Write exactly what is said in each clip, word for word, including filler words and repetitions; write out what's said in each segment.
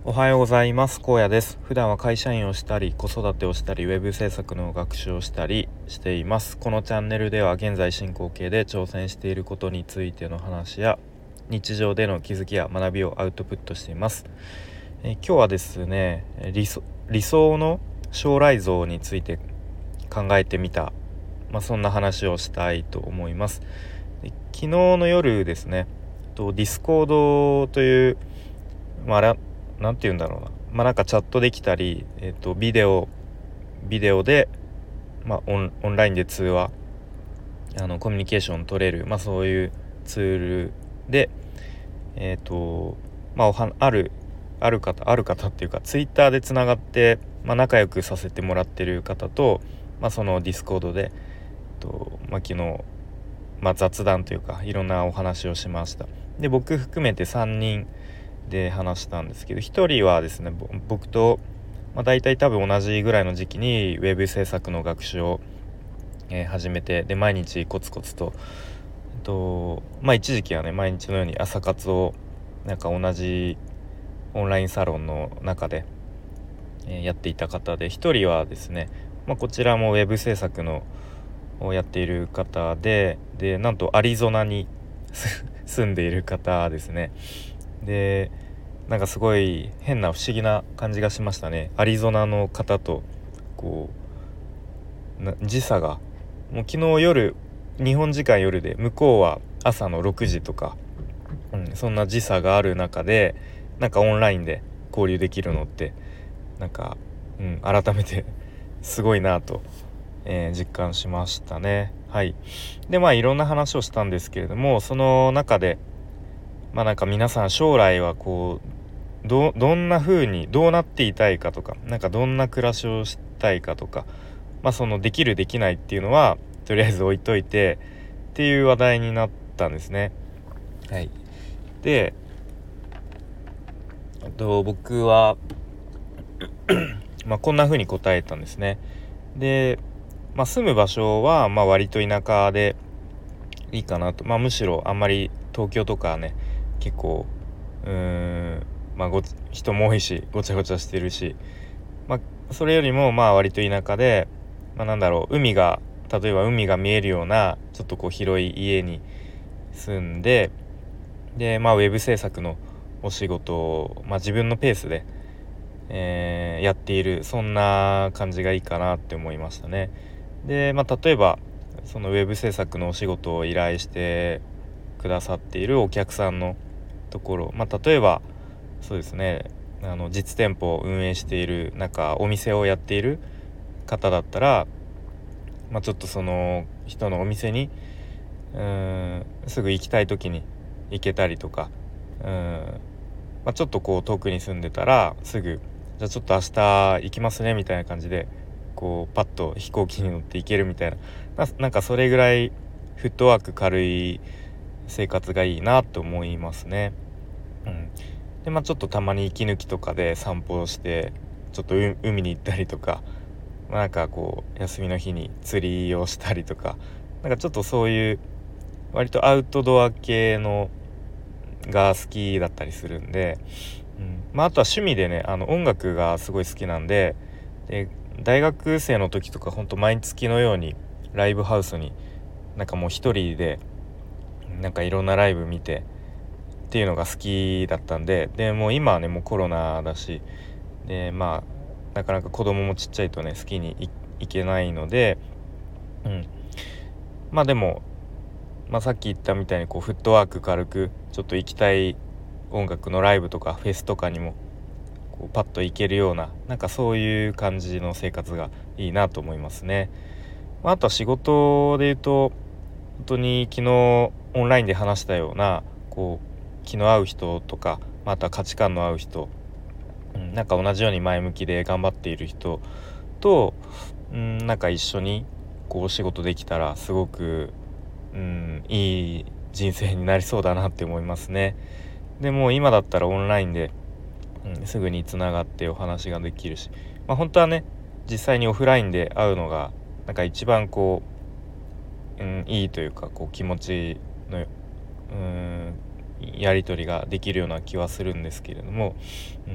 おはようございます。荒野です。普段は会社員をしたり子育てをしたりウェブ制作の学習をしたりしています。このチャンネルでは現在進行形で挑戦していることについての話や日常での気づきや学びをアウトプットしています。え今日はですね理想、理想の将来像について考えてみた、まあ、そんな話をしたいと思います。で昨日の夜ですねとディスコードというまあ、あれなんて言うんだろうな、まあなんかチャットできたり、えっとビデオビデオで、まあ、オン、オンラインで通話、あのコミュニケーション取れる、まあそういうツールで、えっとまあおはあるある方ある方っていうかツイッターでつながって、まあ、仲良くさせてもらってる方と、まあ、そのディスコードで、えっとまあ、昨日、まあ、雑談というかいろんなお話をしました。で僕含めてさんにんで話したんですけど、ひとりはですね僕と、まあ、大体多分同じぐらいの時期にウェブ制作の学習を、えー始めて、で毎日コツコツと、えっとまあ一時期はね毎日のように朝活をなんか同じオンラインサロンの中で、えーやっていた方で、ひとりはですね、まあ、こちらもウェブ制作のをやっている方で、でなんとアリゾナに住んでいる方ですね。でなんかすごい変な不思議な感じがしましたね。アリゾナの方とこうな時差がもう昨日夜日本時間夜で向こうは朝のろくじとか、うん、そんな時差がある中でなんかオンラインで交流できるのってなんか、うん、改めてすごいなと、えー実感しましたね。はい。でまあいろんな話をしたんですけれども、その中でまあなんか皆さん将来はこうどどんな風にどうなっていたいかとか、なんかどんな暮らしをしたいかとか、まあそのできるできないっていうのはとりあえず置いといてっていう話題になったんですね。はい。で、えっと僕はまあこんな風に答えたんですね。で、まあ住む場所はまあ割と田舎でいいかなと。まあむしろあんまり東京とかね結構うーんまあご人も多いしごちゃごちゃしてるし、まあそれよりもまあ割と田舎で、まあなんだろう、海が例えば海が見えるようなちょっとこう広い家に住んで、でまあウェブ制作のお仕事を、まあ、自分のペースで、えーやっている、そんな感じがいいかなって思いましたね。でまあ例えばそのウェブ制作のお仕事を依頼してくださっているお客さんのところ、まあ例えばそうですね、あの実店舗を運営しているなんかお店をやっている方だったら、まあ、ちょっとその人のお店にうーんすぐ行きたい時に行けたりとか、うーん、まあ、ちょっとこう遠くに住んでたらすぐじゃあちょっと明日行きますねみたいな感じでこうパッと飛行機に乗って行けるみたいな、な、なんかそれぐらいフットワーク軽い生活がいいなと思いますね。うん、でまあちょっとたまに息抜きとかで散歩をしてちょっとう海に行ったりとか、まあ、なんかこう休みの日に釣りをしたりとか、なんかちょっとそういう割とアウトドア系のが好きだったりするんで、うんまあ、あとは趣味でねあの音楽がすごい好きなんで、で大学生の時とかほんと毎月のようにライブハウスになんかもう一人でなんかいろんなライブ見てっていうのが好きだったんで、でもう今はねもうコロナだし、でまあなかなか子供もちっちゃいとね好きにい行けないので、うん、まあでも、まあ、さっき言ったみたいにこうフットワーク軽くちょっと行きたい音楽のライブとかフェスとかにもこうパッと行けるような、なんかそういう感じの生活がいいなと思いますね。まあ、あとは仕事で言うと本当に昨日オンラインで話したようなこう気の合う人とか、まあ、あとは価値観の合う人、うん、なんか同じように前向きで頑張っている人と、うん、なんか一緒にこうお仕事できたらすごく、うん、いい人生になりそうだなって思いますね。でも今だったらオンラインで、うん、すぐにつながってお話ができるし、まあ、本当はね実際にオフラインで会うのがなんか一番こう、うん、いいというかこう気持ちの、うん、やり取りができるような気はするんですけれども、うん、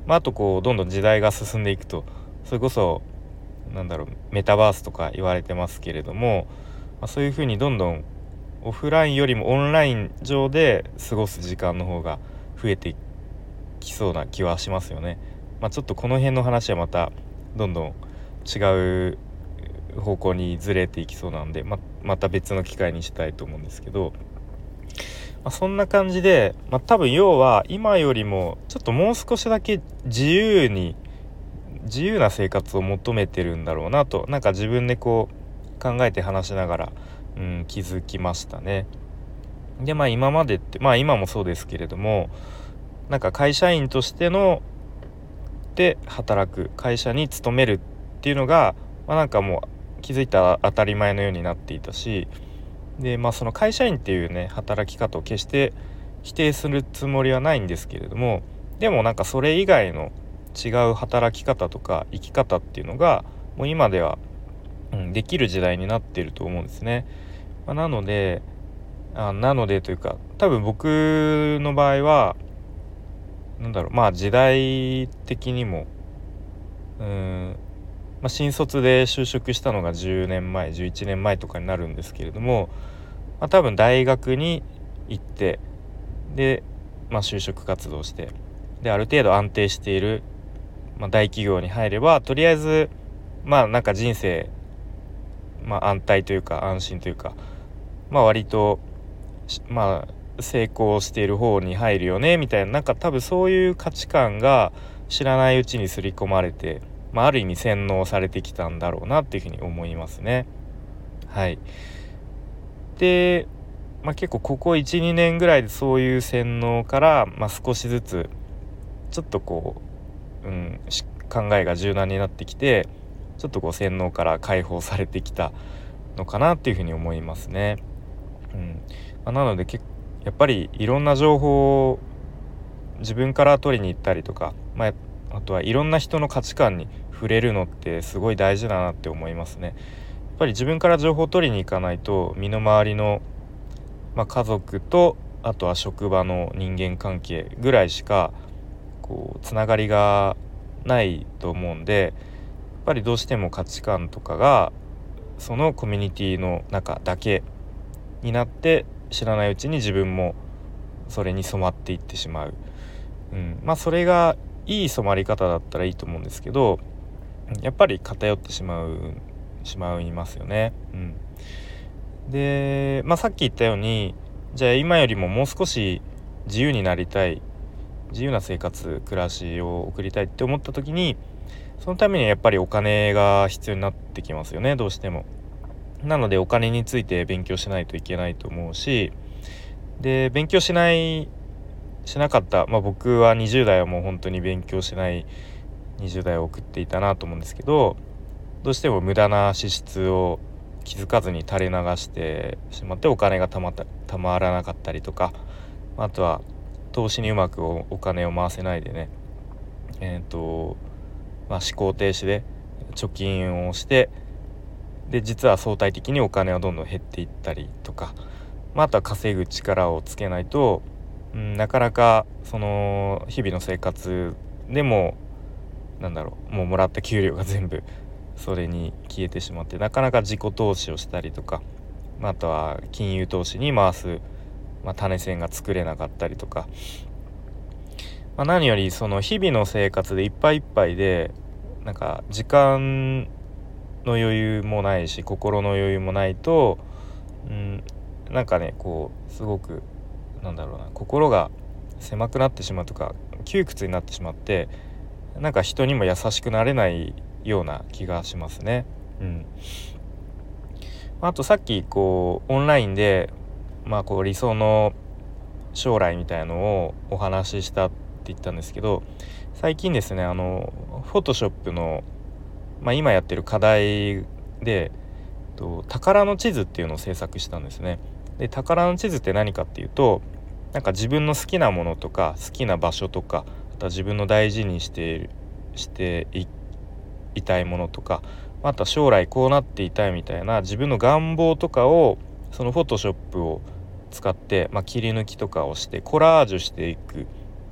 まあ、あとこうどんどん時代が進んでいくと、それこそなんだろうメタバースとか言われてますけれども、まあ、そういうふうにどんどんオフラインよりもオンライン上で過ごす時間の方が増えてきそうな気はしますよね。まあ、ちょっとこの辺の話はまたどんどん違う方向にずれていきそうなんで、ままた別の機会にしたいと思うんですけど、まあ、そんな感じで、まあ、多分要は今よりもちょっともう少しだけ自由に自由な生活を求めてるんだろうなと、なんか自分でこう考えて話しながら、うん、気づきましたね。でまあ今までってまあ今もそうですけれども、なんか会社員としてので働く会社に勤めるっていうのが、まあ、なんかもう気づいたら当たり前のようになっていたし、でまあその会社員っていうね働き方を決して否定するつもりはないんですけれども、でもなんかそれ以外の違う働き方とか生き方っていうのがもう今では、うん、できる時代になっていると思うんですね。まあ、なのであなのでというか多分僕の場合はなんだろうまあ時代的にもうーん、まあ、新卒で就職したのがじゅうねんまえじゅういちねんまえとかになるんですけれども、まあ、多分大学に行ってで、まあ、就職活動してである程度安定している、まあ、大企業に入ればとりあえずまあなんか人生、まあ、安泰というか安心というか、まあ割とまあ成功している方に入るよねみたいな、なんか多分そういう価値観が知らないうちに刷り込まれて、まあ、ある意味洗脳されてきたんだろうなっていうふうに思いますね。はい。で、まあ、結構ここ いちにねんぐらいでそういう洗脳から、まあ、少しずつちょっとこう、うん、考えが柔軟になってきてちょっとこう洗脳から解放されてきたのかなっていうふうに思いますね。うんまあ、なのでけやっぱりいろんな情報を自分から取りに行ったりとか、まあ、あとはいろんな人の価値観に触れるのってすごい大事だなって思いますね。やっぱり自分から情報を取りに行かないと身の回りの、まあ、家族とあとは職場の人間関係ぐらいしかこうつながりがないと思うんで、やっぱりどうしても価値観とかがそのコミュニティの中だけになって知らないうちに自分もそれに染まっていってしまう、うん、まあそれがいい染まり方だったらいいと思うんですけど、やっぱり偏ってしまうしまいますよね。うん、で、まあ、さっき言ったようにじゃあ今よりももう少し自由になりたい、自由な生活暮らしを送りたいって思った時にそのためにはやっぱりお金が必要になってきますよね、どうしても。なのでお金について勉強しないといけないと思うし、で勉強しないしなかった、まあ、僕はにじゅう代はもう本当に勉強しないにじゅう代を送っていたなと思うんですけど、どうしても無駄な支出を気づかずに垂れ流してしまってお金がたまったたまらなかったりとか、あとは投資にうまく お, お金を回せないでね、えっ、とまあ、思考停止で貯金をしてで実は相対的にお金はどんどん減っていったりとか、まあ、あとは稼ぐ力をつけないと、うん、なかなかその日々の生活でもなんだろうもうもらった給料が全部それに消えてしまってなかなか自己投資をしたりとか、まあ、あとは金融投資に回す、まあ、種銭が作れなかったりとか、まあ、何よりその日々の生活でいっぱいいっぱいでなんか時間の余裕もないし心の余裕もないと、うん、なんかねこうすごくなんだろうな心が狭くなってしまうとか窮屈になってしまってなんか人にも優しくなれないような気がしますね。うん、あとさっきこうオンラインでまあこう理想の将来みたいのをお話ししたって言ったんですけど、最近ですねあのフォトショップの、まあ、今やってる課題でと宝の地図っていうのを制作したんですね。で宝の地図って何かっていうとなんか自分の好きなものとか好きな場所とかあとは自分の大事にしてしていいたいものとか、あとは将来こうなっていたいみたいな自分の願望とかをそのフォトショップを使って、まあ、切り抜きとかをしてコラージュしていく、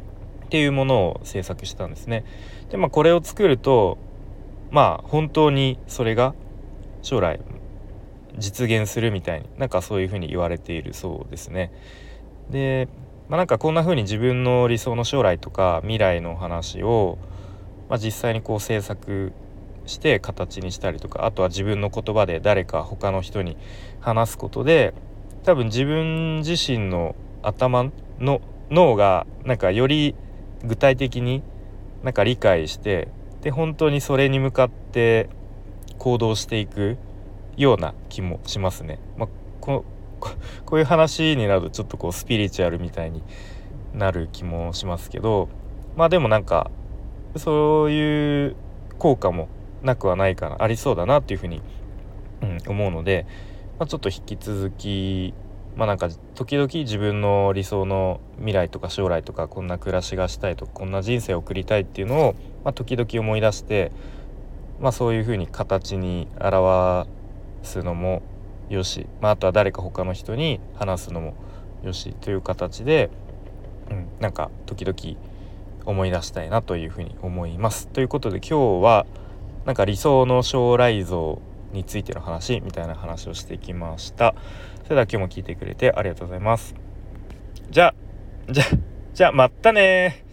っていうものを制作したんですね。でまあこれを作るとまあ本当にそれが将来実現するみたいになんかそういうふうに言われているそうですね。で、まあ、なんかこんな風に自分の理想の将来とか未来の話を、まあ、実際にこう制作して形にしたりとか、あとは自分の言葉で誰か他の人に話すことで、多分自分自身の頭の脳がなんかより具体的になんか理解して、で本当にそれに向かって行動していくような気もしますね。まあ、こここういう話になるとちょっとこうスピリチュアルみたいになる気もしますけど、まあでもなんかそういう効果もなくはないかな、ありそうだなっていうふうに、うん、思うので、まあ、ちょっと引き続きまあなんか時々自分の理想の未来とか将来とか、こんな暮らしがしたいとかこんな人生を送りたいっていうのを、まあ、時々思い出して、まあ、そういうふうに形に表すのもよし、まあ、あとは誰か他の人に話すのもよしという形で、うん、なんか時々思い出したいなというふうに思います。ということで今日はなんか理想の将来像についての話みたいな話をしてきました。それでは今日も聞いてくれてありがとうございます。じゃあじゃあじゃあまたね